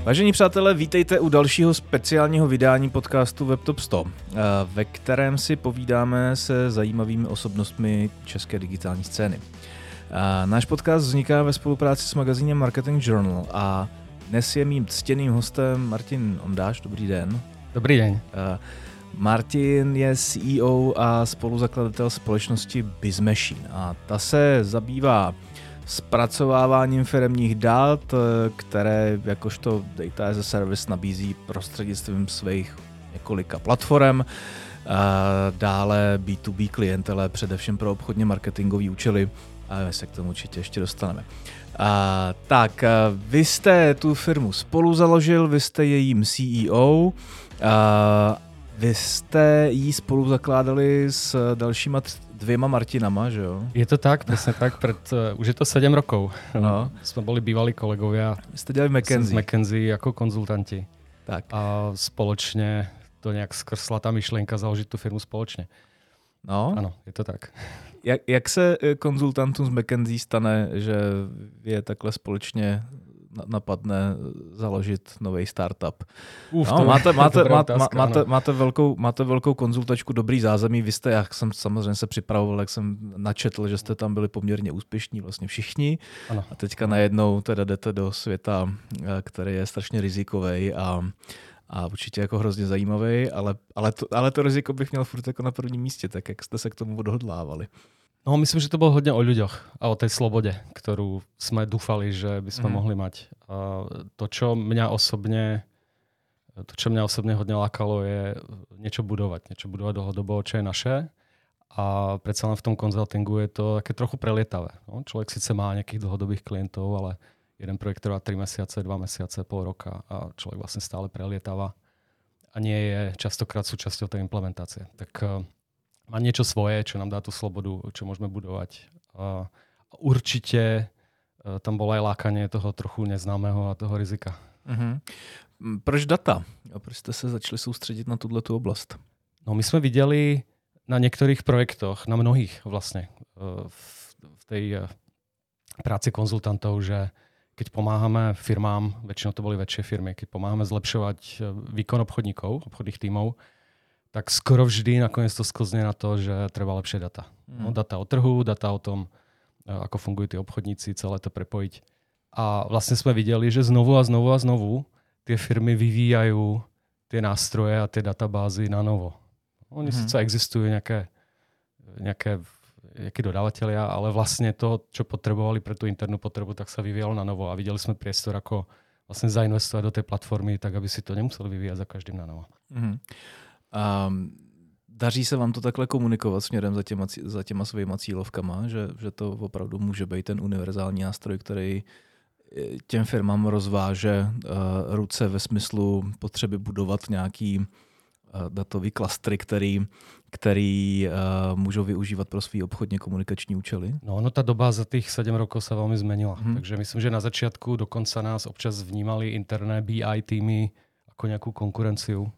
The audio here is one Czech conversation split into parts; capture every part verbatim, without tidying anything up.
Vážení přátelé, vítejte u dalšího speciálního vydání podcastu WebTop sto, ve kterém si povídáme se zajímavými osobnostmi české digitální scény. Náš podcast vzniká ve spolupráci s magazínem Marketing Journal a dnes je mým ctěným hostem Martin Ondáš. Dobrý den. Dobrý den. Martin je C E O a spoluzakladatel společnosti BizMachine a ta se zabývá zpracováváním firemních dat, které jakožto Data as a Service nabízí prostřednictvím svých několika platform. Dále B to B klientele, především pro obchodně marketingové účely, a my se k tomu určitě ještě dostaneme. A, tak, vy jste tu firmu spolu založil, vy jste jejím C E O, a, vy jste ji spolu zakládali s dalšíma dvěma Martinama, že jo? Je to tak, přesně tak, před, uh, už je to sedm rokov. No. Jsme byli bývalí kolegovia. Jste dělali McKinsey. Z McKinsey jako konzultanti. Tak. A společně to nějak skrsla ta myšlenka založit tu firmu společně. No. Ano, je to tak. Jak, jak se konzultantům z McKinsey stane, že je takhle společně napadne založit nový startup? Uf, no, máte, máte, máte, otázka, máte, máte, velkou, máte velkou konzultačku, dobrý zázemí. Vy jste, jak jsem samozřejmě se připravoval, jak jsem načetl, že jste tam byli poměrně úspěšní vlastně všichni. Ano. A teďka najednou teda jdete do světa, který je strašně rizikový a a určitě jako hrozně zajímavý, ale, ale, to, ale to riziko bych měl furt jako na prvním místě, tak jak jste se k tomu odhodlávali? No, myslím, že to bylo hodně o ľuďoch a o tej slobode, ktorú sme dúfali, že by sme mm. mohli mať. A to, čo mňa osobne, to, čo mňa osobne hodne lákalo, je niečo budovať, niečo budovať dlhodobo, čo je naše. A predsa len v tom konzultingu je to také trochu prelietavé. No, človek síce má nejakých dlhodobých klientov, ale jeden projekt trvá tri mesiace, dva mesiace, pol roka a človek vlastne stále prelietáva a nie je častokrát súčasťou tej implementácie. Tak uh, má niečo svoje, čo nám dá tú slobodu, čo môžeme budovať. Uh, určite uh, tam bolo aj lákanie toho trochu neznámeho a toho rizika. Uh-huh. Proč data? A proč ste sa začali sústrediť na túto oblast? No my sme videli na niektorých projektoch, na mnohých vlastne uh, v, v tej uh, práci konzultantov, že keď pomáhame firmám, väčšinou to boli väčšie firmy, keď pomáhame zlepšovať výkon obchodníkov, obchodných tímov, tak skoro vždy nakoniec to sklzne na to, že treba lepšie data. Mm. No, data o trhu, data o tom, ako fungujú tí obchodníci, celé to prepojiť. A vlastne sme videli, že znovu a znovu a znovu tie firmy vyvíjajú tie nástroje a tie databázy na novo. Oni mm. síce existujú nejaké, nejaké jakí dodavatelia, ale vlastne to, čo potrebovali pre tú internú potrebu, tak sa vyvíjalo na novo a videli sme priestor, ako vlastne zainvestovať do tej platformy, tak aby si to nemuseli vyvíjať za každým na novo. Mm-hmm. Um, daří se vám to takhle komunikovat směrem za těma, za těma svýma cílovkama, že, že to opravdu může být ten univerzální nástroj, který těm firmám rozváže uh, ruce ve smyslu potřeby budovat nějaký datový klastry, který, který uh, můžou využívat pro svý obchodně komunikační účely? No, no tá doba za tých sedem rokov sa veľmi zmenila. Hmm. Takže myslím, že na začiatku dokonca nás občas vnímali interné B I týmy ako nejakú konkurenciu.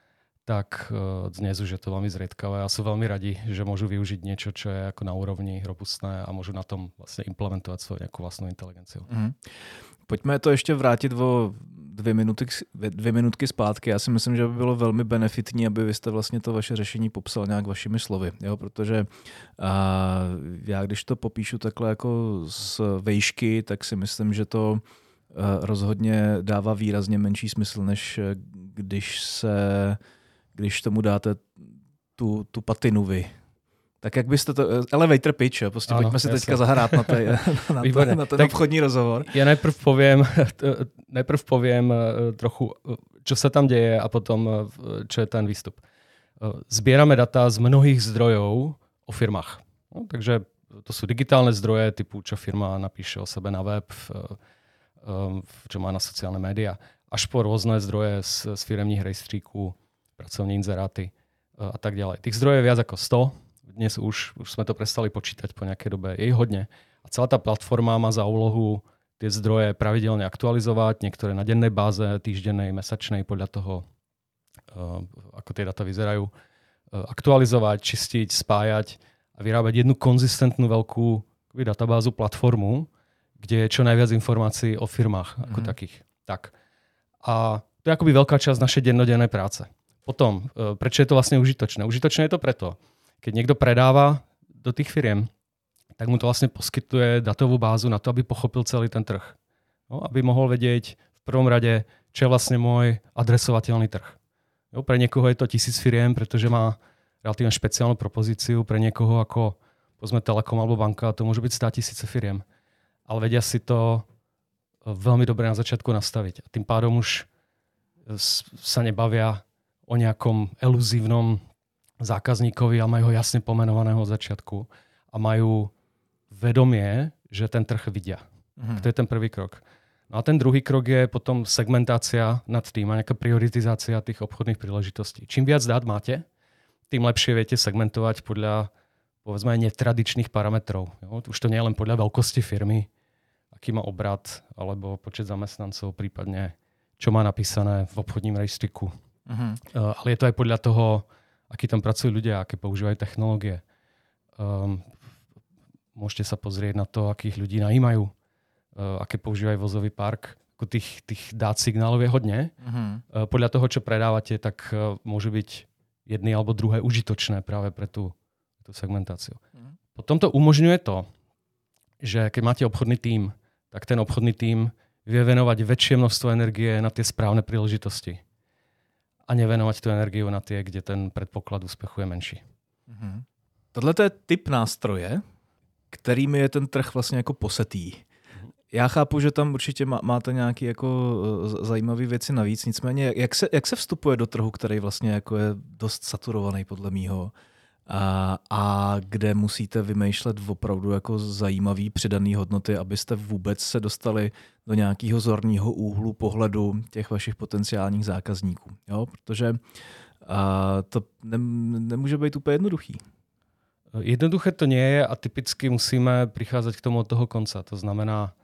Tak uh, dnes už je to veľmi zriedkavé a sú veľmi radi, že môžu využiť niečo, čo je ako na úrovni robustné a môžu na tom vlastne implementovať svoju nejakú vlastnú inteligenciu. Hmm. Pojďme to ještě vrátit o dvě, minuty, dvě minutky zpátky. Já si myslím, že by bylo velmi benefitní, aby vy jste vlastně to vaše řešení popsal nějak vašimi slovy. Jo? Protože a, já když to popíšu takhle jako z vejšky, tak si myslím, že to a, rozhodně dává výrazně menší smysl, než když se, když tomu dáte tu, tu patinu vy. Tak jak byste to... Elevator pitch, jo? Prostě ano, pojďme si jasný. teďka zahrát na, tej, na, to, na ten tak obchodní rozhovor. Ja najprv poviem, najprv poviem trochu, čo sa tam deje a potom, čo je ten výstup. Zbierame data z mnohých zdrojov o firmách. No, takže to sú digitálne zdroje typu, čo firma napíše o sebe na web, čo má na sociálne médiá, až po rôzne zdroje z, z firemních rejstříků, pracovní inzeráty a tak ďalej. Tých zdrojov je viac ako sto. Dnes už, už sme to prestali počítať po nejakej dobe. Je ich hodne. A celá tá platforma má za úlohu tie zdroje pravidelne aktualizovať, niektoré na dennej báze, týždennej, mesačnej, podľa toho, uh, ako tie data vyzerajú. Uh, aktualizovať, čistiť, spájať a vyrábať jednu konzistentnú veľkú databázu, platformu, kde je čo najviac informácií o firmách ako mm-hmm. takých. Tak. A to je akoby veľká časť našej dennodennej práce. Potom, prečo je to vlastne užitočné? Užitočné je to preto, keď niekto predáva do tých firiem, tak mu to vlastne poskytuje datovú bázu na to, aby pochopil celý ten trh. No, aby mohol vedieť v prvom rade, čo je vlastne môj adresovateľný trh. Jo, pre niekoho je to tisíc firiem, pretože má relatívne špeciálnu propozíciu, pre niekoho ako povedzme Telekom alebo banka, to môže byť sto tisíce firiem. Ale vedia si to veľmi dobre na začiatku nastaviť. A tým pádom už sa nebavia o nejakom eluzívnom zákazníkovi, ale majú ho jasne pomenovaného od začiatku a majú vedomie, že ten trh vidia. Mhm. To je ten prvý krok. No a ten druhý krok je potom segmentácia nad tým a nejaká prioritizácia tých obchodných príležitostí. Čím viac dát máte, tým lepšie viete segmentovať podľa povedzme aj netradičných parametrov. Jo? Už to nie je len podľa veľkosti firmy, aký má obrat, alebo počet zamestnancov, prípadne čo má napísané v obchodním rejstříku. Uh-huh. Uh, ale je to aj podľa toho, akí tam pracujú ľudia, aké používajú technológie. Um, môžete sa pozrieť na to, akých ľudí najímajú, uh, aké používajú vozový park. Ako tých, tých dát signálov je hodne. Uh-huh. Uh, podľa toho, čo predávate, tak uh, môže byť jedny alebo druhé užitočné práve pre tú, tú segmentáciu. Uh-huh. Potom to umožňuje to, že keď máte obchodný tím, tak ten obchodný tím vie venovať väčšie množstvo energie na tie správne príležitosti. A nevenovať tu energiu na tie, kde ten predpoklad úspechu je menší. Mm-hmm. Tohle je typ nástroje, kterými je ten trh vlastně jako posetý. Já chápu, že tam určitě má, máte nějaké jako zajímavé věci navíc, nicméně jak se, jak se vstupuje do trhu, který vlastně jako je dost saturovaný podle mýho, a, a kde musíte vymýšlet opravdu jako zajímavý přidaný hodnoty, abyste vůbec se dostali do nějakého zorného úhlu pohledu těch vašich potenciálních zákazníků. Jo? Protože a, to ne, nemůže být úplně jednoduchý. Jednoduché to nie je a typicky musíme prichádzať k tomu od toho konca. To znamená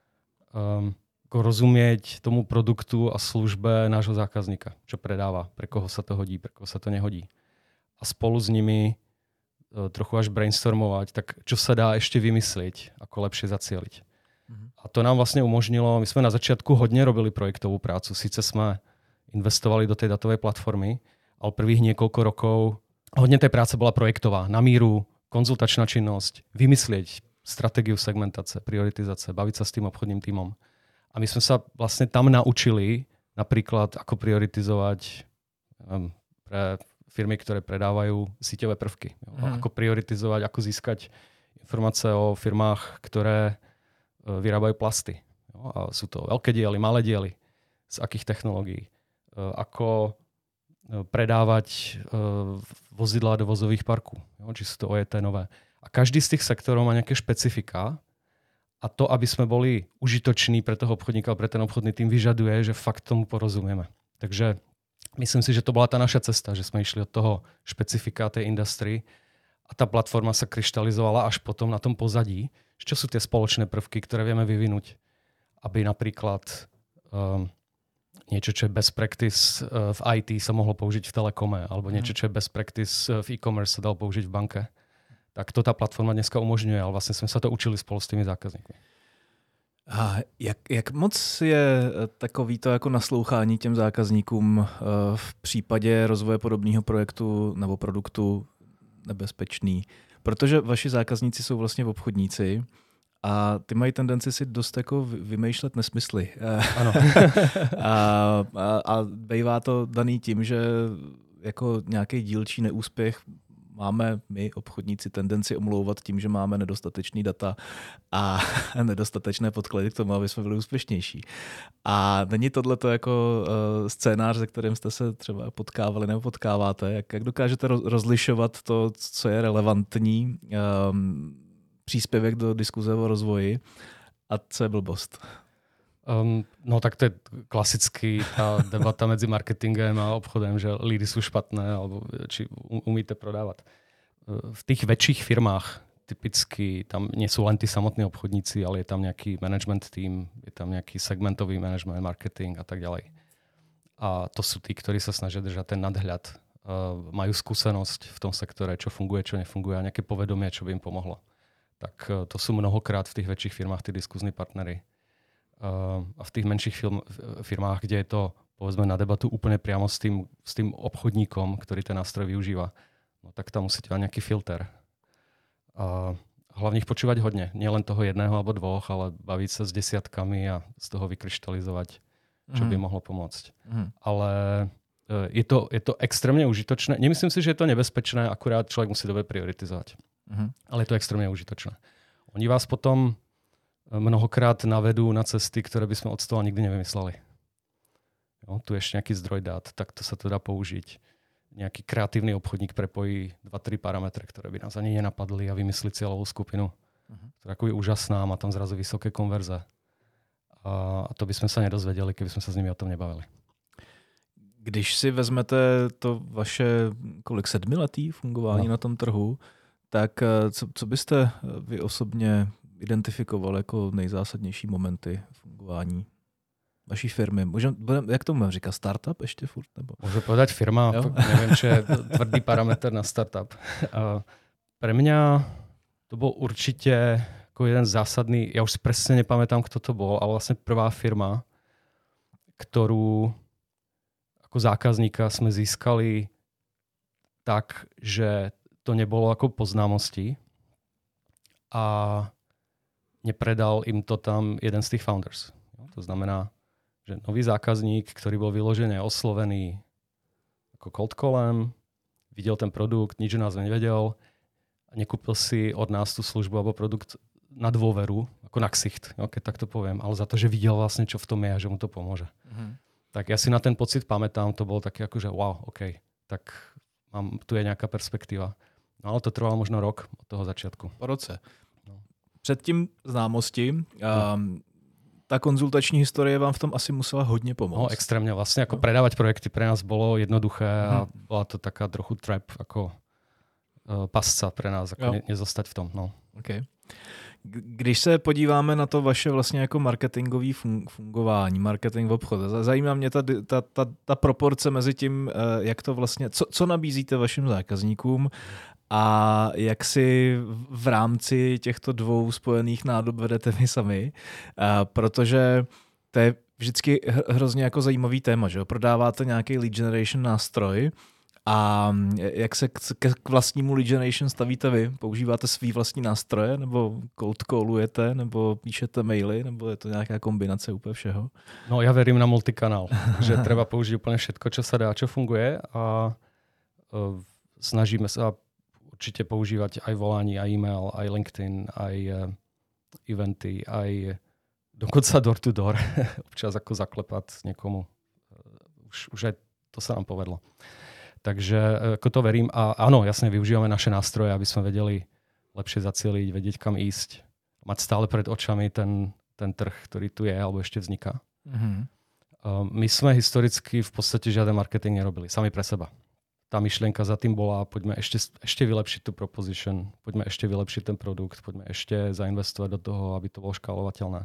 um, rozumieť tomu produktu a službe nášho zákazníka, čo predáva, pre koho sa to hodí, pre koho sa to nehodí. A spolu s nimi uh, trochu až brainstormovať, tak čo sa dá ešte vymyslieť, ako lepšie zacieliť. Mm-hmm. A to nám vlastne umožnilo, my sme na začiatku hodne robili projektovú prácu, síce sme investovali do tej datovej platformy, ale prvých niekoľko rokov hodne tej práce bola projektová, na míru, konzultačná činnosť, vymyslieť stratégiu segmentace, prioritizace, baviť sa s tým obchodným tímom. A my sme sa vlastne tam naučili napríklad, ako prioritizovať um, pre firmy, ktoré predávajú síťové prvky. Mm. Ako prioritizovať, ako získať informácie o firmách, ktoré uh, vyrábajú plasty. Jo? A sú to veľké diely, malé diely, z akých technológií. Uh, ako predávať uh, vozidlá do vozových parků, jo? Či sú to O J T nové. A každý z tých sektorov má nejaké špecifika a to, aby sme boli užitoční pre toho obchodníka, pre ten obchodný tým, vyžaduje, že fakt tomu porozumieme. Takže myslím si, že to bola tá naša cesta, že sme išli od toho špecifika tej industrii a tá platforma sa kryštalizovala až potom na tom pozadí, čo sú tie spoločné prvky, ktoré vieme vyvinúť, aby napríklad um, niečo, čo je best practice v í té sa mohlo použiť v telekome, alebo niečo, čo je best practice v e-commerce sa dalo použiť v banke. Tak to tá platforma dneska umožňuje, ale vlastne sme sa to učili spolu s tými zákazníkmi. A jak, jak moc je takový to jako naslouchání těm zákazníkům v případě rozvoje podobného projektu nebo produktu nebezpečný? Protože vaši zákazníci jsou vlastně obchodníci, a ty mají tendenci si dost jako vymýšlet nesmysly. Ano. a, a, a bývá to daný tím, že jako nějaký dílčí neúspěch máme my, obchodníci, tendenci omlouvat tím, že máme nedostatečný data a nedostatečné podklady k tomu, aby jsme byli úspěšnější. A není tohleto jako uh, scénář, se kterým jste se třeba potkávali nebo potkáváte? Jak, jak dokážete rozlišovat to, co je relevantní um, příspěvek do diskuze o rozvoji a co je blbost? Um, no tak to je klasicky tá debata medzi marketingem a obchodem, že lídy sú špatné alebo či umíte prodávať. V tých väčších firmách typicky tam nie sú len tí samotní obchodníci, ale je tam nejaký management team, je tam nejaký segmentový management, marketing a tak ďalej. A to sú tí, ktorí sa snažia držať ten nadhľad. Uh, majú skúsenosť v tom sektore, čo funguje, čo nefunguje a nejaké povedomie, čo by im pomohlo. Tak uh, to sú mnohokrát v tých väčších firmách tí diskuzní partnery. Uh, a v tých menších film, firmách, kde je to povedzme na debatu úplne priamo s tým, s tým obchodníkom, ktorý ten nástroj využíva, no tak tam musíte mať nejaký filter. A hlavne ich počúvať hodne. Nie len toho jedného alebo dvoch, ale baviť sa s desiatkami a z toho vykryštalizovať, čo mm. by mohlo pomôcť. Mm. Ale je to, je to extrémne užitočné. Nemyslím si, že je to nebezpečné, akurát človek musí dobre prioritizovať. Mm. Ale je to extrémne užitočné. Oni vás potom mnohokrát navedú na cesty, ktoré by sme od stola nikdy nevymysleli. Jo, tu je ešte nejaký zdroj dát, tak to sa to dá použiť. Nejaký kreatívny obchodník prepojí dva tri parametre, ktoré by nás ani nenapadli a vymyslí cieľovú skupinu. Uh-huh. To je takový úžasná, má tam zrazu vysoké konverze. A, a to by sme sa nedozvedeli, keby sme sa s nimi o tom nebavili. Když si vezmete to vaše kolik sedmiletý fungování no. na tom trhu, tak co, co byste vy osobně identifikoval jako nejzásadnější momenty fungování vaší firmy? Môžem, jak to môžem říkať? Startup ešte furt? Nebo? Môžem povedať firma, jo? Neviem, čo je tvrdý parameter na startup. Uh, pre mňa to bol určite ako jeden zásadný, ja už si presne nepamätám, kto to bol, ale vlastne prvá firma, ktorú ako zákazníka sme získali tak, že to nebolo ako po známosti a nepredal im to tam jeden z tých founders. To znamená, že nový zákazník, ktorý bol vyložené oslovený ako cold callem, videl ten produkt, nič o nás nevedel a nekúpil si od nás tú službu alebo produkt na dôveru, ako na ksicht, jo, keď tak to poviem, ale za to, že videl vlastne, čo v tom je a že mu to pomôže. Mm-hmm. Tak ja si na ten pocit pamätám, to bolo také ako, že wow, OK, tak mám, tu je nejaká perspektíva. No ale to trvalo možno rok od toho začiatku. Po roce. No. Předtím známosti, um, tá konzultační historie vám v tom asi musela hodně pomoct. No, extrémně. Vlastně jako no. predávať projekty pre nás bolo jednoduché hmm. a bola to taká trochu trap, ako uh, pasca pre nás, ako ne, nezostať v tom. No. Okay. Když se podíváme na to vaše vlastně jako marketingové fungování, marketing v obchodu, zajímá mě ta, ta, ta, ta proporce mezi tím, jak to vlastně, co, co nabízíte vašim zákazníkům a jak si v rámci těchto dvou spojených nádob vedete vy sami, protože to je vždycky hrozně jako zajímavý téma, že jo? Prodáváte nějaký lead generation nástroj a jak se k vlastnímu lead generation stavíte vy? Používáte svý vlastní nástroje, nebo cold callujete, nebo píšete maily, nebo je to nějaká kombinace úplně všeho? No ja verím na multikanál, že treba použiť úplne všetko, čo sa dá, čo funguje a uh, snažíme sa určite používať aj volání, aj e-mail, aj LinkedIn, aj uh, eventy, aj dokonca door to door. Občas ako zaklepať niekomu. Uh, už, už aj to sa nám povedlo. Takže ako to verím. A áno, jasne využívame naše nástroje, aby sme vedeli lepšie zacieliť, vedieť kam ísť. Mať stále pred očami ten, ten trh, ktorý tu je alebo ešte vzniká. Mm-hmm. My sme historicky v podstate žiaden marketing nerobili. Sami pre seba. Tá myšlienka za tým bola, poďme ešte, ešte vylepšiť tú proposition, poďme ešte vylepšiť ten produkt, poďme ešte zainvestovať do toho, aby to bolo škálovateľné.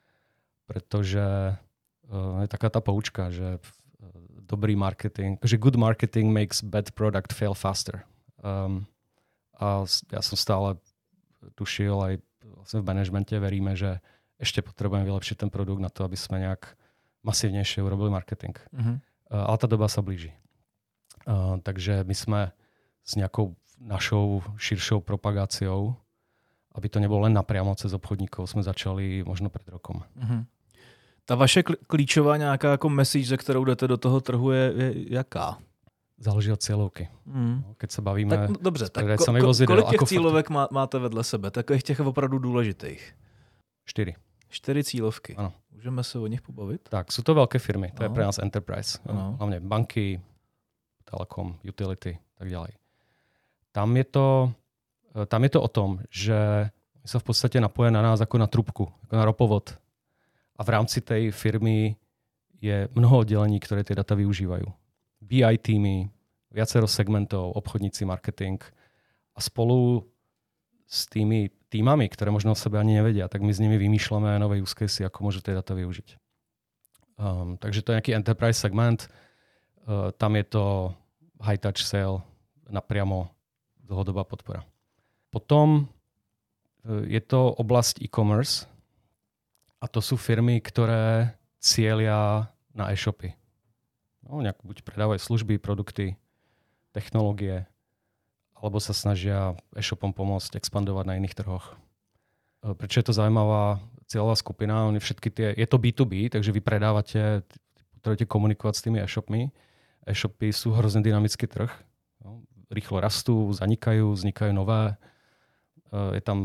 Pretože uh, je taká tá poučka, že dobrý marketing, že good marketing makes bad product fail faster. Um, a ja som stále tušil, aj vlastne v manažmente veríme, že ešte potrebujeme vylepšiť ten produkt na to, aby sme nejak masívnejšie urobili marketing. Uh-huh. Uh, ale tá doba sa blíži. Uh, takže my sme s nejakou našou širšou propagáciou, aby to nebolo len napriamo cez obchodníkov, sme začali možno pred rokom. Uh-huh. Ta vaše klíčová nějaká jako message, ze kterou jdete do toho trhu, je, je jaká? Záleží od cílovky. Mm. Keď se bavíme... Tak, no, dobře, tak ko, ko, vozidel, kolik těch jako cílovek má, máte vedle sebe? Takových těch opravdu důležitých? Čtyři. Čtyři cílovky. Ano. Můžeme se o nich pobavit? Tak, jsou to velké firmy. To ano. je pre nás enterprise. Ano. Hlavně banky, telekom, utility, tak ďalej. Tam je to, tam je to o tom, že se v podstatě napoje na nás jako na trubku, jako na ropovod. A v rámci tej firmy je mnoho oddelení, ktoré tie data využívajú. bé í týmy, viacero segmentov, obchodníci, marketing. A spolu s tými týmami, ktoré možno o sebe ani nevedia, tak my s nimi vymýšľame nové use case, ako môžu tie data využiť. Um, takže to je nejaký enterprise segment. Uh, tam je to high touch sale, napriamo dlhodobá podpora. Potom uh, je to oblasť e-commerce. A to sú firmy, ktoré cieľia na e-shopy. No, nejak buď predávajú služby, produkty, technológie, alebo sa snažia e-shopom pomôcť expandovať na iných trhoch. Prečo je to zaujímavá cieľová skupina? Oni všetky tie, je to bé dva bé, takže vy predávate, potrebujete komunikovať s tými e-shopmi. E-shopy sú hrozne dynamický trh. No, rýchlo rastú, zanikajú, vznikajú nové. Je tam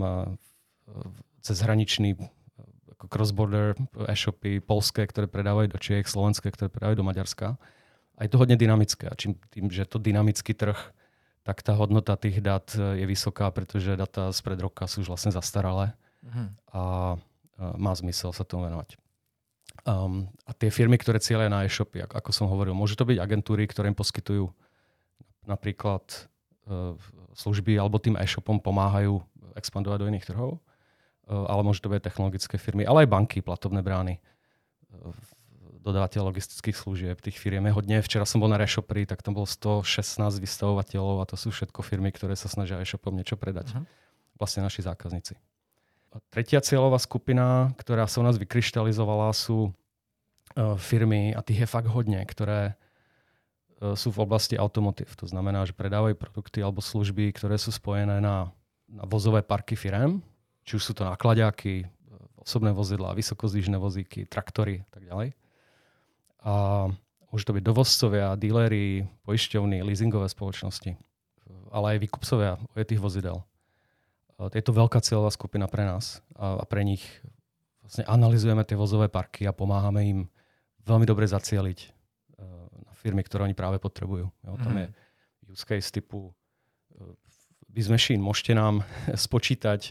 cezhraničný cross-border e-shopy, polské, ktoré predávajú do Čiech, slovenské, ktoré predávajú do Maďarska. A je to hodne dynamické. A čím tým, že je to dynamický trh, tak tá hodnota tých dát je vysoká, pretože data spred roka sú už vlastne zastaralé mm. a má zmysel sa tomu venovať. Um, a tie firmy, ktoré cieľia na e-shopy, ako som hovoril, môžu to byť agentúry, ktoré im poskytujú napríklad uh, služby alebo tým e-shopom pomáhajú expandovať do iných trhov, uh, ale môžu to byť technologické firmy, ale aj banky, platobné brány, uh, dodávateľ logistických služieb. Tých firiem je hodne. Včera som bol na Reshopri, tak tam bolo sto šestnásť vystavovateľov a to sú všetko firmy, ktoré sa snažia e-shopom niečo predať. Uh-huh. Vlastne naši zákazníci. A tretia cieľová skupina, ktorá sa u nás vykryštalizovala, sú uh, firmy, a tých je fakt hodne, ktoré uh, sú v oblasti automotív. To znamená, že predávajú produkty alebo služby, ktoré sú spojené na, na vozové parky firiem, či už sú to náklaďáky, osobné vozidlá, vysokozdvižné vozíky, traktory a tak ďalej. A môžu to byť dovozcovia, díleri, poisťovny, leasingové spoločnosti, ale aj výkupcovia ojetých vozidel. Je to veľká cieľová skupina pre nás a pre nich vlastne analyzujeme tie vozové parky a pomáhame im veľmi dobre zacieliť na firmy, ktoré oni práve potrebujú. Jo, tam mm. je use case typu BizMachine. Môžete nám spočítať,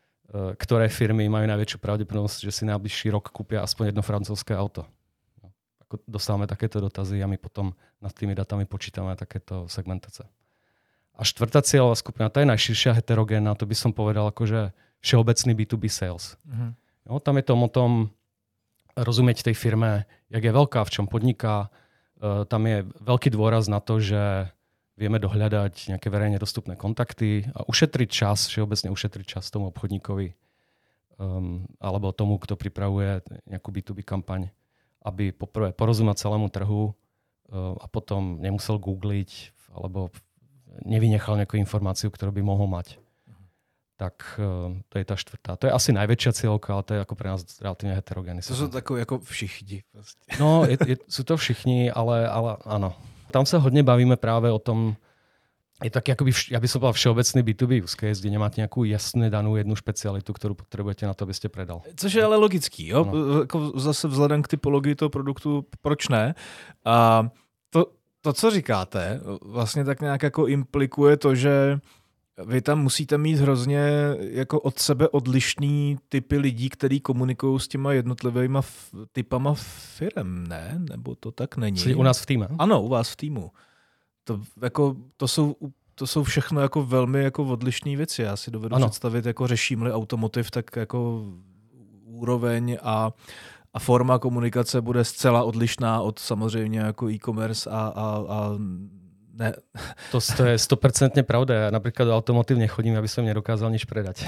ktoré firmy majú najväčšiu pravdepodobnosť, že si najbližší rok kúpia aspoň jedno francúzske auto. Dostávame takéto dotazy a my potom nad tými datami počítame takéto segmentace. A štvrtá cieľová skupina, tá je najširšia, heterogénna, to by som povedal akože všeobecný bé dva bé sales. Uh-huh. Jo, tam je to o tom rozumieť tej firme, jak je veľká, v čom podniká. Uh, tam je veľký dôraz na to, že vieme dohľadať nejaké verejne dostupné kontakty a ušetriť čas, všeobecne ušetriť čas tomu obchodníkovi um, alebo tomu, kto pripravuje nejakú bé dva bé kampaň, aby poprvé porozumel celému trhu uh, a potom nemusel googliť alebo nevynechal nejakú informáciu, ktorú by mohol mať. Uh-huh. Tak uh, to je tá štvrtá. To je asi najväčšia cieľovka, ale to je ako pre nás relatívne heterogénny. To sú takové ako všichni. Vlastne. No, je, je, sú to všichni, ale, ale áno. Tam sa hodne bavíme práve o tom, je taký akoby, ja by som povedal všeobecný bé dva bé use case, kde nemáte nejakú jasne danú jednu špecialitu, ktorú potrebujete na to, aby ste predal. Což je ale logický, jo? Jako zase vzhledem k typologii toho produktu, proč ne? A to, to, co říkáte, vlastně tak nějak jako implikuje to, že vy tam musíte mít hrozně jako od sebe odlišný typy lidí, který komunikují s těma jednotlivýma f- typama firem, ne? Nebo to tak není? Jsi u nás v týmu? Ano, u vás v týmu. To, jako, to, jsou, to jsou všechno jako velmi jako odlišné věci. Já si dovedu ano. představit, jako řeším-li automotiv, tak jako úroveň a, a forma komunikace bude zcela odlišná od samozřejmě jako e-commerce a, a, a ne. To, to je sto percent pravda. Ja napríklad do automotív nechodím, aby som nedokázal nič predať.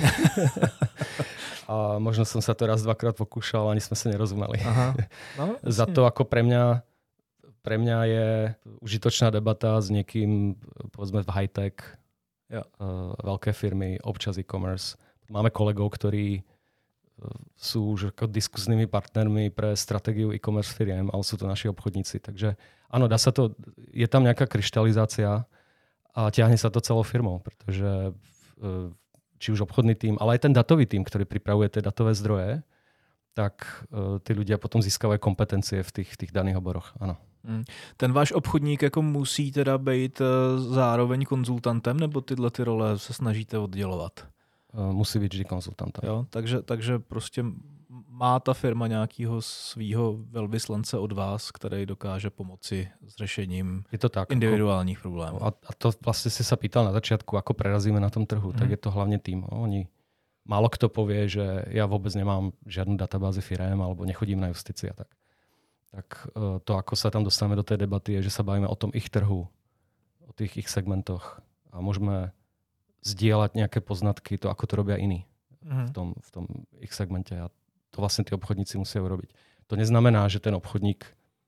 A možno som sa to raz, dvakrát pokúšal, ani sme sa nerozumeli. Aha. No, Za to ako pre mňa Pre mňa je užitočná debata s niekým, povedzme v high-tech, ja. uh, veľké firmy, občas e-commerce. Máme kolegov, ktorí uh, sú už ako diskusnými partnermi pre stratégiu e-commerce firiem, ale sú to naši obchodníci. Takže áno, dá sa to, je tam nejaká kryštalizácia a ťahne sa to celou firmou, pretože uh, či už obchodný tím, ale aj ten datový tím, ktorý pripravuje tie datové zdroje, tak uh, tí ľudia potom získavajú kompetencie v tých, tých daných oboroch. Áno. Hmm. Ten váš obchodník jako musí teda být zároveň konzultantem, nebo tyhle ty role se snažíte oddělovat? Musí být vždy konzultantem. Jo, takže, takže prostě má ta firma nějakého svýho velvyslance od vás, který dokáže pomoci s řešením je to tak, individuálních ako, problémů. A, a to vlastně si sa pýtal na začiatku, ako prerazíme na tom trhu, hmm. tak je to hlavně tým. Oni, málo kto povie, že ja vôbec nemám žiadnu databázi firiem alebo nechodím na justici a tak. Tak to, ako sa tam dostaneme do tej debaty, je, že sa bavíme o tom ich trhu, o tých ich segmentoch a môžeme zdieľať nejaké poznatky, to, ako to robia iní mm-hmm. v, tom, v tom ich segmente. A to vlastne tí obchodníci musia urobiť. To neznamená, že ten obchodník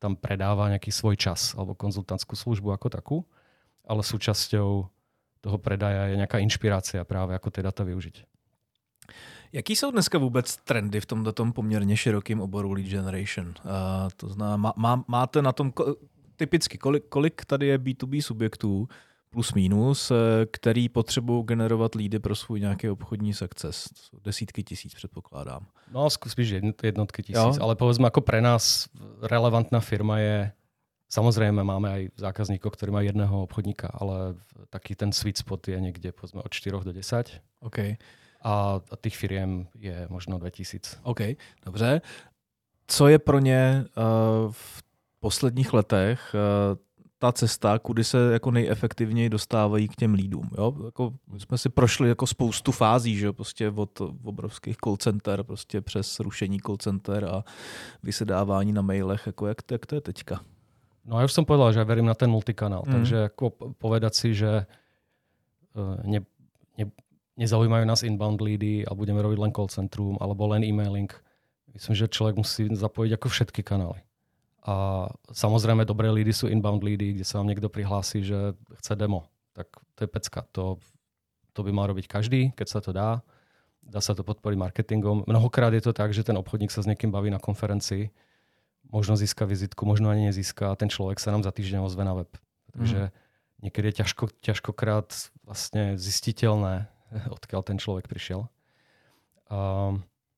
tam predává nejaký svoj čas alebo konzultantskú službu ako takú, ale súčasťou toho predaja je nejaká inšpirácia práve, ako tie data využiť. Jaký jsou dneska vůbec trendy v tomto poměrně širokém oboru lead generation? Uh, to znamená, má, máte na tom typicky, kolik, kolik tady je bé dvě bé subjektů plus minus, který potřebují generovat lídy pro svůj nějaký obchodní success? Desítky tisíc předpokládám. No spíš jednotky tisíc, jo? Ale povedzme ako pre nás relevantná firma je, samozrejme máme aj zákazníkov, ktorí majú jedného obchodníka, ale taký ten sweet spot je niekde povedzme od štyri do desať. Okay. A těch firiem je možno dva tisíce. OK, dobře. Co je pro ně uh, v posledních letech uh, ta cesta, kudy se jako nejefektivněji dostávají k těm lídům? Jo? Jako, my jsme si prošli jako spoustu fází, že? Prostě od obrovských call center, prostě přes rušení call center a vysedávání na mailech. Jako jak, jak to je teďka? No já už jsem povedal, že ja verím na ten multikanál. Mm. Takže jako povedať si, že uh, ne, ne, nezaujímajú nás inbound leady a budeme robiť len call centrum alebo len e-mailing. Myslím, že človek musí zapojiť ako všetky kanály. A samozrejme dobré leady sú inbound leady, kde sa vám niekto prihlási, že chce demo. Tak to je pecka. To, to by mal robiť každý, keď sa to dá. Dá sa to podporiť marketingom. Mnohokrát je to tak, že ten obchodník sa s niekým baví na konferencii. Možno získa vizitku, možno ani nezíska a ten človek sa nám za týždeň ozve na web. Takže mm. niekedy je ťažko, ťažkokrát vlastne zistiteľné, odkiaľ ten človek prišiel. Um,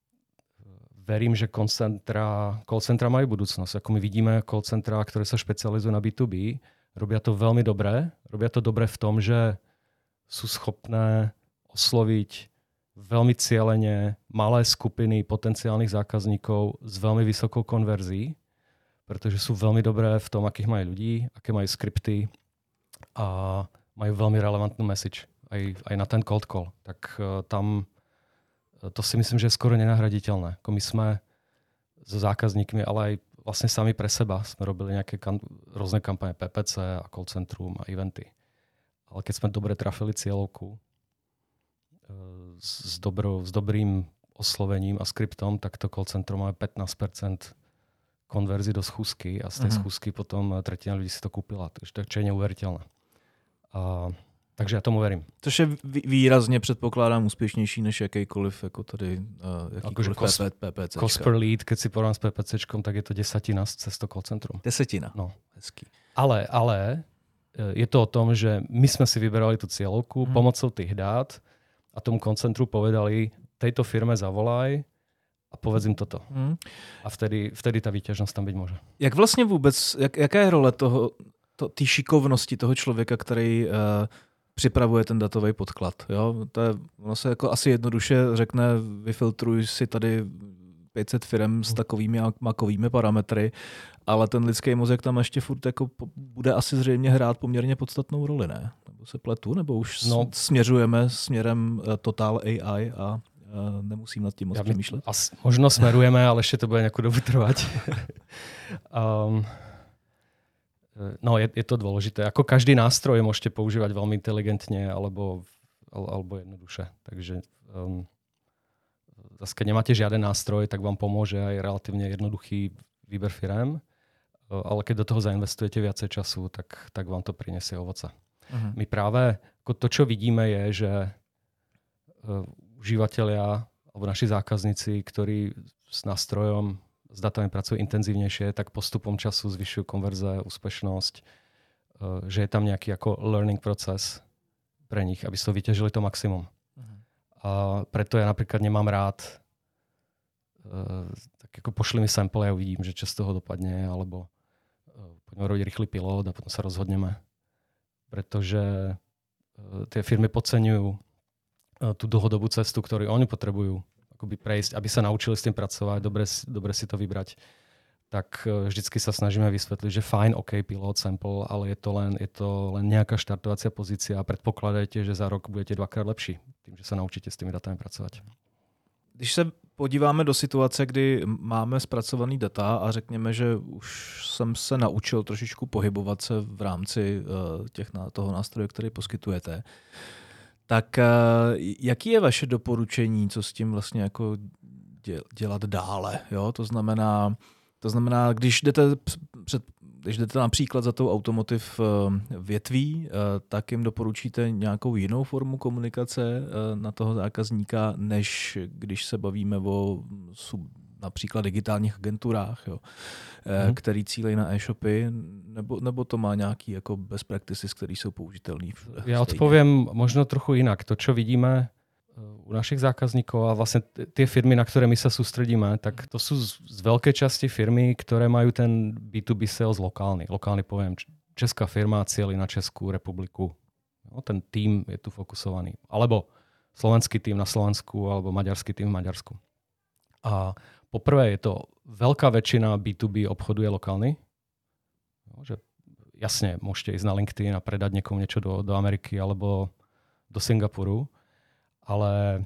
verím, že call centra, call centra majú budúcnosť. Ako my vidíme call centra, ktoré sa špecializujú na bé dvě bé, robia to veľmi dobre. Robia to dobre v tom, že sú schopné osloviť veľmi cieľene malé skupiny potenciálnych zákazníkov s veľmi vysokou konverzií, pretože sú veľmi dobré v tom, akých majú ľudí, aké majú skripty a majú veľmi relevantnú message. Aj, aj na ten cold call, tak uh, tam uh, to si myslím, že je skoro nenahraditeľné. Ako my sme so zákazníkmi, ale aj vlastne sami pre seba sme robili nejaké kan- rôzne kampane pé pé cé a call centrum a eventy. Ale keď sme dobre trafili cieľovku uh, s, dobro, s dobrým oslovením a skriptom, tak to call centrum máme pätnásť percent konverzi do schůzky a z tej mm-hmm. schůzky potom tretina ľudí si to kúpila. Takže to je neuveriteľné. A takže já tomu verím. Což je výrazně, předpokládám, úspěšnější než jakýkoliv jako tady uh, jakýkoliv pé pé cé. Cost per lead, keď si porovnám s PPCčkom, tak je to desatina z cez to call centrum. Desetina? No. Hezký. Ale, ale je to o tom, že my jsme si vyberali tu cieľovku hmm. pomocou tých dát a tomu call centru povedali, tejto firme zavolaj a povedz im toto. Hmm. A vtedy, vtedy ta výťažnost tam být může. Jak vlastně vůbec, jak, jaká je role toho, to, té šikovnosti toho člověka, který uh, připravuje ten datový podklad? Jo? To je, ono se jako asi jednoduše řekne, vyfiltruj si tady pět set firem s takovými a makovými parametry, ale ten lidský mozek tam ještě furt jako bude asi zřejmě hrát poměrně podstatnou roli, ne? Nebo se pletu, nebo už no, směřujeme směrem Total A I a nemusím nad tím moc přemýšlet? Možno smerujeme, ale ještě to bude nějakou dobu trvat. um, No, je, je to dôležité. Ako každý nástroj môžete používať veľmi inteligentne alebo, alebo jednoduše. Takže um, zase, keď nemáte žiaden nástroj, tak vám pomôže aj relatívne jednoduchý výber firem. Ale keď do toho zainvestujete viacej času, tak, tak vám to prinesie ovoce. Uh-huh. My práve ako to, čo vidíme, je, že uh, užívateľia alebo naši zákazníci, ktorí s nástrojom s datami pracujú intenzívnejšie, tak postupom času zvyšujú konverze, úspešnosť, že je tam nejaký ako learning proces pre nich, aby si to vyťažili to maximum. Uh-huh. A preto ja napríklad nemám rád tak ako pošli mi sample, ja uvidím, že čo z toho dopadne, alebo poďme robiť rýchly pilot a potom sa rozhodneme. Pretože tie firmy podceňujú tú dlhodobú cestu, ktorú oni potrebujú akoby prejsť, aby sa naučili s tým pracovať, dobre, dobre si to vybrať, tak vždycky sa snažíme vysvetliť, že fajn, OK, pilot, sample, ale je to len, je to len nejaká štartovacia pozícia a predpokladajte, že za rok budete dvakrát lepší tým, že sa naučíte s tými datami pracovať. Když se podíváme do situace, kdy máme zpracovaný data a řekněme, že už jsem se naučil trošičku pohybovat se v rámci uh, těch, toho nástroje, který poskytujete, tak jaký je vaše doporučení, co s tím vlastně jako dělat dále? Jo? To znamená, to znamená, když jdete před, když jdete například za tou automotiv větví, tak jim doporučíte nějakou jinou formu komunikace na toho zákazníka, než když se bavíme o sub, například digitálních agenturách, jo, hmm. který cílejí na e-shopy, nebo, nebo to má nějaký jako best practices, který jsou použitelný? Já odpovím možno trochu jinak. To, čo vidíme u našich zákazníkov a vlastne tie firmy, na ktoré my sa sústredíme, tak to sú z, z veľkej časti firmy, ktoré majú ten bé dva bé sales lokálny. Lokálny poviem, česká firma cieli na Českú republiku. No, ten tým je tu fokusovaný. Alebo slovenský tým na Slovensku, alebo maďarský tým v Maďarsku. A poprvé je to veľká väčšina bé dva bé obchodu je lokálny. No, že jasne, môžete ísť na LinkedIn a predať niekomu niečo do, do Ameriky alebo do Singapuru. Ale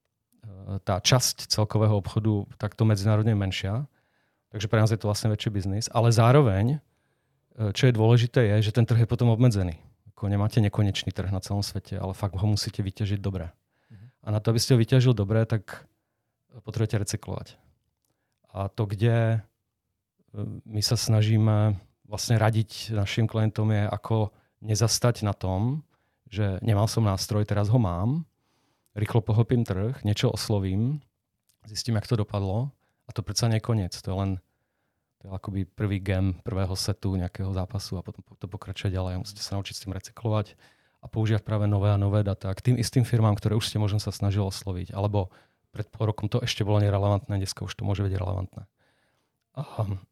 tá časť celkového obchodu takto medzinárodne je menšia. Takže pre nás je to vlastne väčší biznis. Ale zároveň, čo je dôležité, je, že ten trh je potom obmedzený. Ako nemáte nekonečný trh na celom svete, ale fakt ho musíte vyťažiť dobre. Mhm. A na to, aby ste ho vyťažil dobre, tak potrebujete recyklovať. A to, kde my sa snažíme vlastne radiť našim klientom, je ako nezastať na tom, že nemal som nástroj, teraz ho mám, rýchlo pohlpím trh, niečo oslovím, zistím, jak to dopadlo a to predsa nie je koniec. To je len to je akoby prvý game prvého setu nejakého zápasu a potom to pokračuje ďalej. Musíte sa naučiť s tým recyklovať a používať práve nové a nové data k tým istým firmám, ktoré už ste možno sa snažili osloviť. Alebo pred pol rokom to ešte bolo nerelevantné, dneska už to môže byť relevantné. A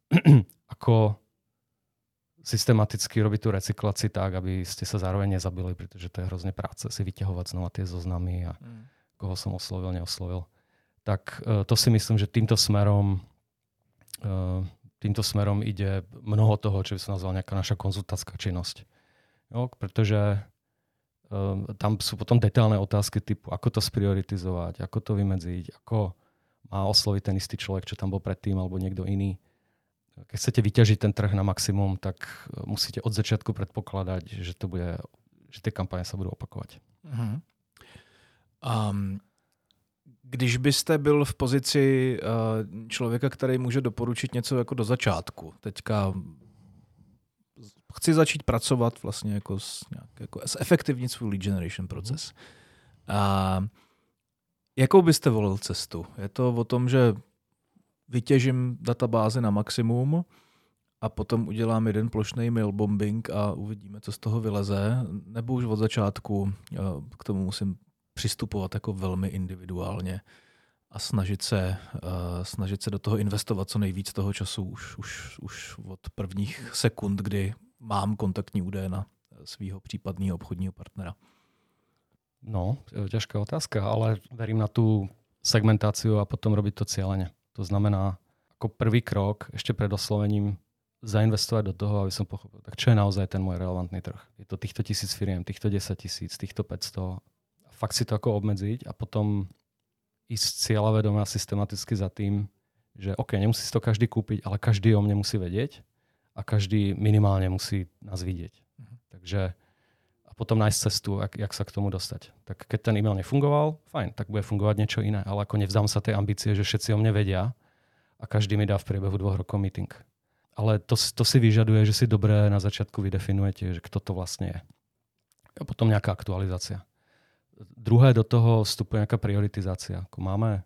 ako systematicky robiť tú recykláciu tak, aby ste sa zároveň nezabili, pretože to je hrozne práce si vyťahovať znova tie zoznamy a mm. koho som oslovil, neoslovil. Tak uh, to si myslím, že týmto smerom uh, týmto smerom ide mnoho toho, čo by som nazval nejaká naša konzultánska činnosť. Jo, pretože uh, tam sú potom detailné otázky typu, ako to sprioritizovať, ako to vymedziť, ako má osloviť ten istý človek, čo tam bol predtým, alebo niekto iný. Keď chcete vyťažiť ten trh na maximum, tak musíte od začiatku predpokladať, že to bude, že tie kampane sa budú opakovať. Uh-huh. Um, když byste byl v pozici uh, člověka, který může doporučit něco jako do začátku, teďka chci začít pracovat vlastně jako, s, nějak, jako zefektivnit svůj lead generation proces. Uh, jakou byste volil cestu? Je to o tom, že vytěžím databázi na maximum a potom udělám jeden plošný mail bombing a uvidíme, co z toho vyleze, nebo už od začátku k tomu musím přistupovat jako velmi individuálně a snažit se, snažit se do toho investovat co nejvíc toho času už, už, už od prvních sekund, kdy mám kontaktní údaje na svého případného obchodního partnera. No, ťažká otázka, ale verím na tú segmentáciu a potom robiť to cieľene. To znamená, ako prvý krok, ešte pred oslovením, zainvestovať do toho, aby som pochopil, tak čo je naozaj ten môj relevantný trh. Je to týchto tisíc firiem, týchto desať tisíc, týchto päťsto. A fakt si to ako obmedziť a potom ísť cieľavedome a systematicky za tým, že OK, nemusí si to každý kúpiť, ale každý o mne musí vedieť a každý minimálne musí nás vidieť. Mhm. Takže a potom nájsť cestu, jak, jak sa k tomu dostať. Tak keď ten e-mail nefungoval, fajn, tak bude fungovať niečo iné. Ale ako nevzdám sa tej ambície, že všetci o mne vedia a každý mi dá v priebehu dvoch rokov meeting. Ale to, to si vyžaduje, že si dobre na začiatku vydefinujete, že kto to vlastne je. A potom nejaká aktualizácia. Druhé do toho vstupuje nejaká prioritizácia. Ako máme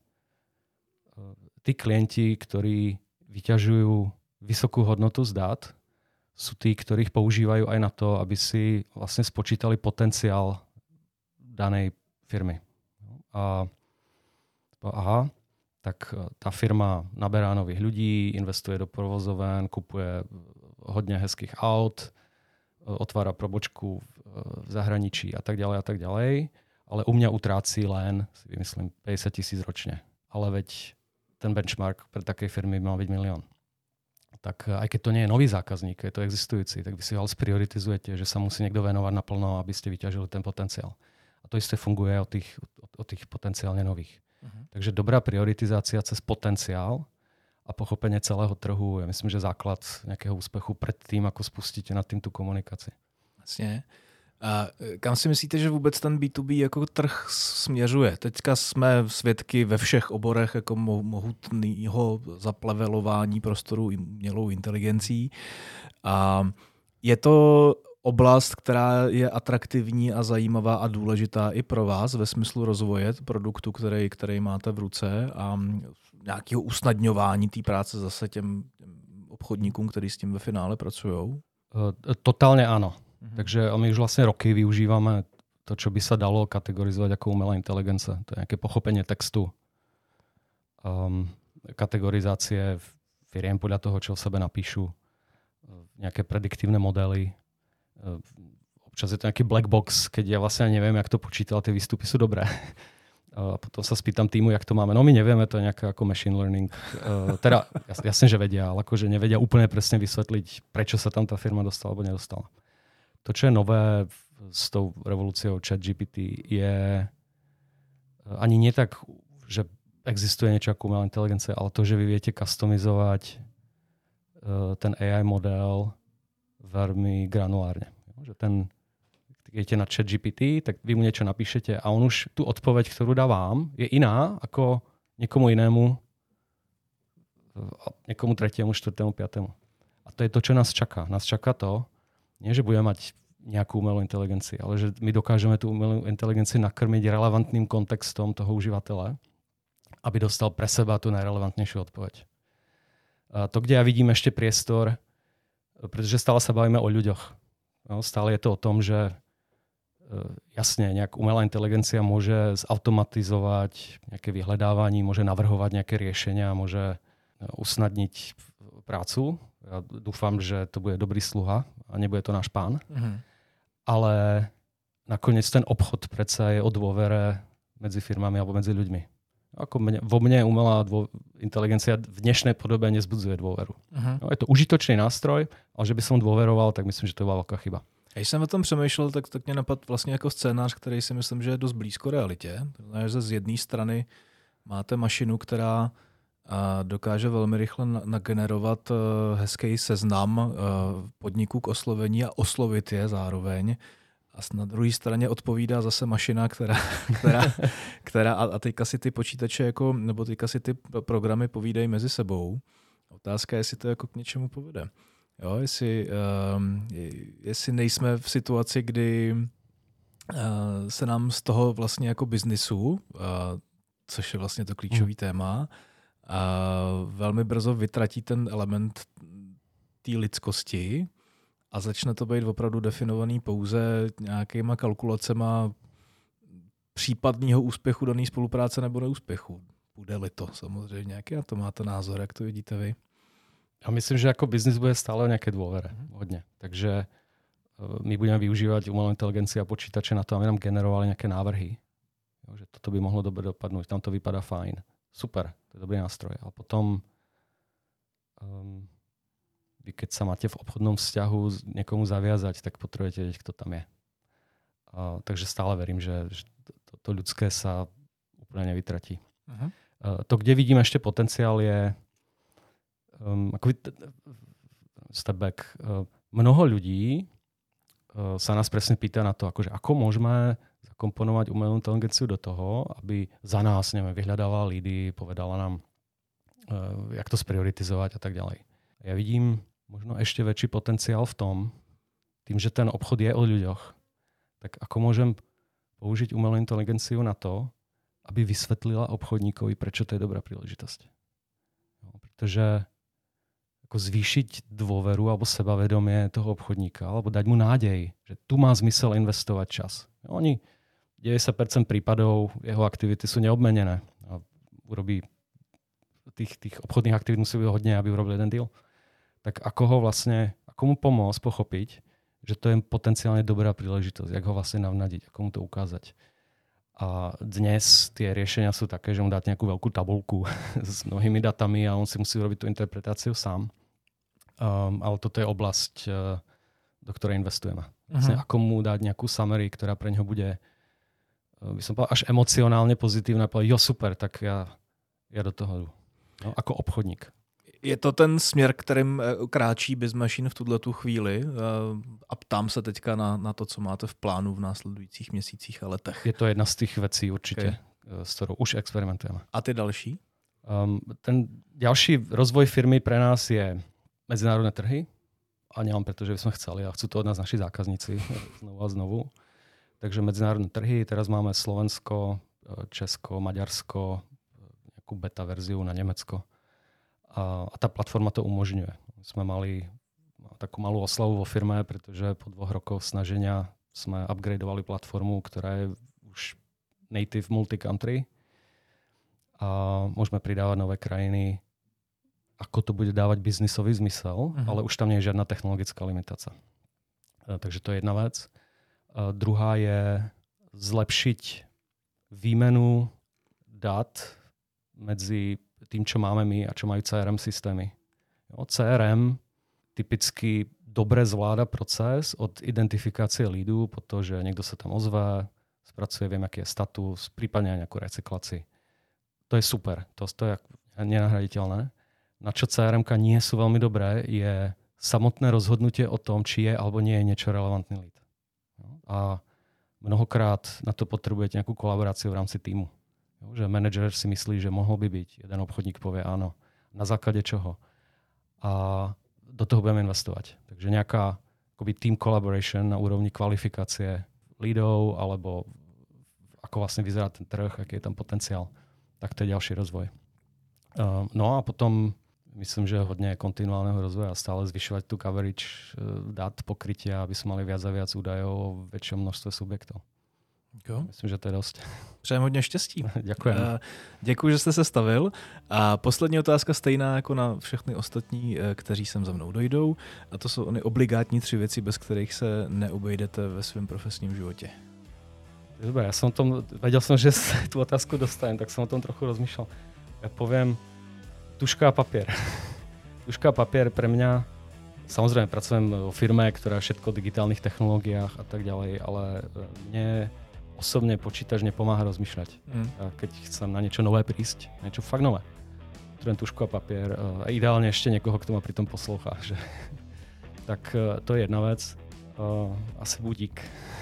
tí klienti, ktorí vyťažujú vysokú hodnotu z dát, sú tí, ktorých používajú aj na to, aby si vlastne spočítali potenciál danej firmy. A aha, tak tá firma naberá nových ľudí, investuje do provozoven, kupuje hodne hezkých aut, otvára probočku v zahraničí a tak ďalej a tak ďalej. Ale u mňa utráci len, si vymyslím, päťdesiat tisíc ročne. Ale veď ten benchmark pre takej firmy má byť milión. Tak aj keď to nie je nový zákazník, je to existujúci, tak vy si ho sprioritizujete, že sa musí niekto venovať naplno, aby ste vyťažili ten potenciál. A to isté funguje o tých, o tých potenciálne nových. Uh-huh. Takže dobrá prioritizácia cez potenciál a pochopenie celého trhu je, myslím, že základ nejakého úspechu pred tým, ako spustíte nad tým tú komunikáciu. Jasne. A kam si myslíte, že vůbec ten bé dvě bé jako trh směřuje? Teďka jsme svědky ve všech oborech jako mohutného zaplevelování prostoru umělou inteligencí. A je to oblast, která je atraktivní a zajímavá a důležitá i pro vás ve smyslu rozvoje produktu, který, který máte v ruce a nějakého usnadňování té práce zase těm obchodníkům, kteří s tím ve finále pracují? Totálne áno. Mhm. Takže my už vlastne roky využívame to, čo by sa dalo kategorizovať ako umelá inteligencia. To je nejaké pochopenie textu, um, kategorizácie firiem podľa toho, čo o sebe napíšu, nejaké prediktívne modely. Občas je to nejaký black box, keď ja vlastne neviem, jak to počítal, tie výstupy sú dobré. A potom sa spýtam týmu, jak to máme. No my nevieme, to je nejaké ako machine learning. Uh, teda jasne, že vedia, ale akože nevedia úplne presne vysvetliť, prečo sa tam tá firma dostala alebo nedostala. To, čo je nové s tou revolúciou ChatGPT, je ani nie tak, že existuje niečo ako umelá inteligencia, ale to, že vy viete customizovať uh, ten á í model veľmi granulárne. Že ten idete na ChatGPT, tak vy mu niečo napíšete a on už tú odpoveď, ktorú dá vám, je iná ako niekomu inému, niekomu tretiemu, štvrtému, piatému. A to je to, čo nás čaká. Nás čaká to, nie, že budeme mať nejakú umelú inteligenciu, ale že my dokážeme tú umelú inteligenciu nakrmiť relevantným kontextom toho užívatele, aby dostal pre seba tú najrelevantnejšiu odpoveď. A to, kde ja vidím ešte priestor, pretože stále sa bavíme o ľuďoch. No, stále je to o tom, že jasne, nejak umelá inteligencia môže zautomatizovať nejaké vyhľadávanie, môže navrhovať nejaké riešenia, môže usnadniť prácu. Ja dúfam, že to bude dobrý sluha a nebude to náš pán. Mm-hmm. Ale nakoniec ten obchod predsa je o dôvere medzi firmami alebo medzi ľuďmi. Ako mne, vo mne umelá dô, inteligencia v dnešnej podobe nezbudzuje dôveru. Mm-hmm. No, je to užitočný nástroj, ale že by som dôveroval, tak myslím, že to je veľká chyba. Když jsem o tom přemýšlel, tak, tak mě napadl vlastně jako scénář, který si myslím, že je dost blízko realitě. To znamená, že z jedné strany máte mašinu, která a, dokáže velmi rychle nagenerovat uh, hezký seznam uh, podniků k oslovení a oslovit je zároveň. A na druhé straně odpovídá zase mašina, která, která, která a, a teďka si ty počítače jako, nebo teďka si ty programy povídají mezi sebou. Otázka je, jestli to jako k něčemu povede. Jo, jestli, um, jestli nejsme v situaci, kdy uh, se nám z toho vlastně jako biznisu, uh, což je vlastně to klíčový hmm. téma, uh, velmi brzo vytratí ten element té lidskosti a začne to být opravdu definovaný pouze nějakýma kalkulacema případného úspěchu dané spolupráce nebo neúspěchu. Bude-li to samozřejmě. Jaký na to máte názor, jak to vidíte vy? Ja myslím, že ako biznis bude stále o nejaké dôvere. Hodne. Takže my budeme využívať umelú inteligenciu a počítače na to, aby nám generovali nejaké návrhy. Jo, že toto by mohlo dobre dopadnúť. Tam to vypadá fajn. Super, to je dobrý nástroj. A potom um, vy keď sa máte v obchodnom vzťahu niekomu zaviazať, tak potrebujete vedieť, kto tam je. Uh, takže stále verím, že, že to, to ľudské sa úplne nevytratí. Uh-huh. Uh, to, kde vidím ešte potenciál, je Um, ako step back. Uh, mnoho ľudí uh, sa nás presne pýta na to, akože ako môžeme zakomponovať umelú inteligenciu do toho, aby za nás, neviem, vyhľadávala lídy, povedala nám, uh, jak to sprioritizovať a tak ďalej. Ja vidím možno ešte väčší potenciál v tom, tým, že ten obchod je o ľuďoch, tak ako môžem použiť umelú inteligenciu na to, aby vysvetlila obchodníkovi, prečo to je dobrá príležitosť. No, pretože ako zvýšiť dôveru alebo sebavedomie toho obchodníka, alebo dať mu nádej, že tu má zmysel investovať čas. Oni deväťdesiat percent prípadov jeho aktivity sú neobmenené. A urobí tých, tých obchodných aktivít musí byť hodne, aby urobil jeden deal. Tak ako ho vlastne, ako mu pomôcť pochopiť, že to je potenciálne dobrá príležitosť, jak ho vlastne navnadiť, ako mu to ukázať. A dnes tie riešenia sú také, že mu dáte nejakú veľkú tabuľku s mnohými datami a on si musí robiť tú interpretáciu sám. Um, ale toto je oblasť, uh, do ktorej investujeme. Vlastne, uh-huh. Ako mu dať nejakú summary, ktorá pre ňoho bude, uh, by som povedal, až emocionálne pozitívna. Povedal, jo super, tak ja, ja do toho jdu. No, ako obchodník. Je to ten směr, kterým kráčí BizMachine v tuhletu chvíli a ptám se teďka na, na to, co máte v plánu v následujících měsících a letech. Je to jedna z těch věcí určitě, okay. S kterou už experimentujeme. A ty další? Um, ten ďalší rozvoj firmy pre nás je medzinárodné trhy a nielen preto, že by sme chceli a chcú to od nás naši zákazníci znovu a znovu. Takže medzinárodné trhy, teraz máme Slovensko, Česko, Maďarsko, nejakú beta verziu na Nemecko. A, a tá platforma to umožňuje. Sme mali takú malú oslavu vo firme, pretože po dvoch rokoch snaženia sme upgradeovali platformu, ktorá je už native multi-country. A môžeme pridávať nové krajiny, ako to bude dávať biznisový zmysel, uh-huh. ale už tam nie je žiadna technologická limitácia. Takže to je jedna vec. A druhá je zlepšiť výmenu dát medzi tým, čo máme my a čo majú cé er em systémy. Jo, cé er em typicky dobre zvláda proces od identifikácie lídu po to, že niekto sa tam ozve, spracuje, viem, aký je status, prípadne aj nejakú recykláciu. To je super, to, to je nenahraditeľné. Na čo cé er emka nie sú veľmi dobré, je samotné rozhodnutie o tom, či je alebo nie je niečo relevantný lead. A mnohokrát na to potrebujete nejakú kolaboráciu v rámci týmu. Že manažer si myslí, že mohol by byť, jeden obchodník povie áno. Na základe čoho? A do toho budeme investovať. Takže nejaká akoby team collaboration na úrovni kvalifikácie leadov alebo ako vlastne vyzerá ten trh, aký je tam potenciál. Tak to je ďalší rozvoj. Uh, no a potom myslím, že hodne kontinuálneho rozvoja stále zvyšovať tú coverage dát pokrytia, aby sme mali viac a viac údajov o väčšom množstve subjektov. Jo. Myslím, že to je dost. Přejem hodně štěstí. Děkuji. Děkuji, že jste se stavil. A poslední otázka stejná jako na všechny ostatní, kteří sem za mnou dojdou. A to jsou ony obligátní tři věci, bez kterých se neobejdete ve svém profesním životě. Dobre, ja som o tom, vedel som, že tú otázku dostanem, tak som o tom trochu rozmýšľal. Ja poviem tuška a papier. Tuška a papier pre mňa, samozrejme pracujem vo firme, ktorá je všetko o digitálnych technológiách a tak ďalej, ale mne osobne počítač nepomáha rozmýšľať. Mm. Keď chcem na niečo nové prísť, niečo fakt nové. Potrebujem tušku a papier a ideálne ešte niekoho, kto ma pri tom poslouchá. Že... tak to je jedna vec. Asi budík.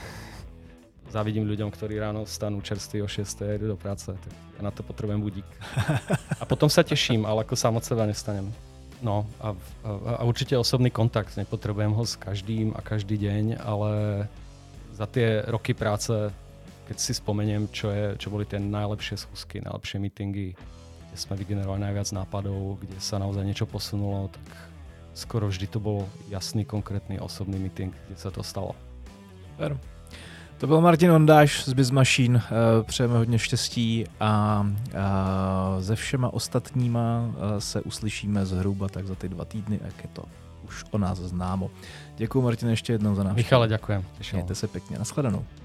Závidím ľuďom, ktorí ráno vstanú čerství o šiestej a idú do práce. Tak ja na to potrebujem budík. A potom sa teším, ale ako sám od seba nestanem. No a, a, a určite osobný kontakt. Nepotrebujem ho s každým a každý deň, ale za tie roky práce, keď si spomeniem, čo, je, čo boli tie najlepšie schôzky, najlepšie meetingy, kde sme vygenerovali najviac nápadov, kde sa naozaj niečo posunulo, tak skoro vždy to bol jasný, konkrétny osobný meeting, kde sa to stalo. Super. To byl Martin Ondáš z BizMachine. Přejeme hodně štěstí a, a se všema ostatníma se uslyšíme zhruba tak za ty dva týdny, jak je to už o nás známo. Děkuji, Martin, ještě jednou za návštěvu. Michale, ďakujem. Mějte se pěkně. Nashledanou.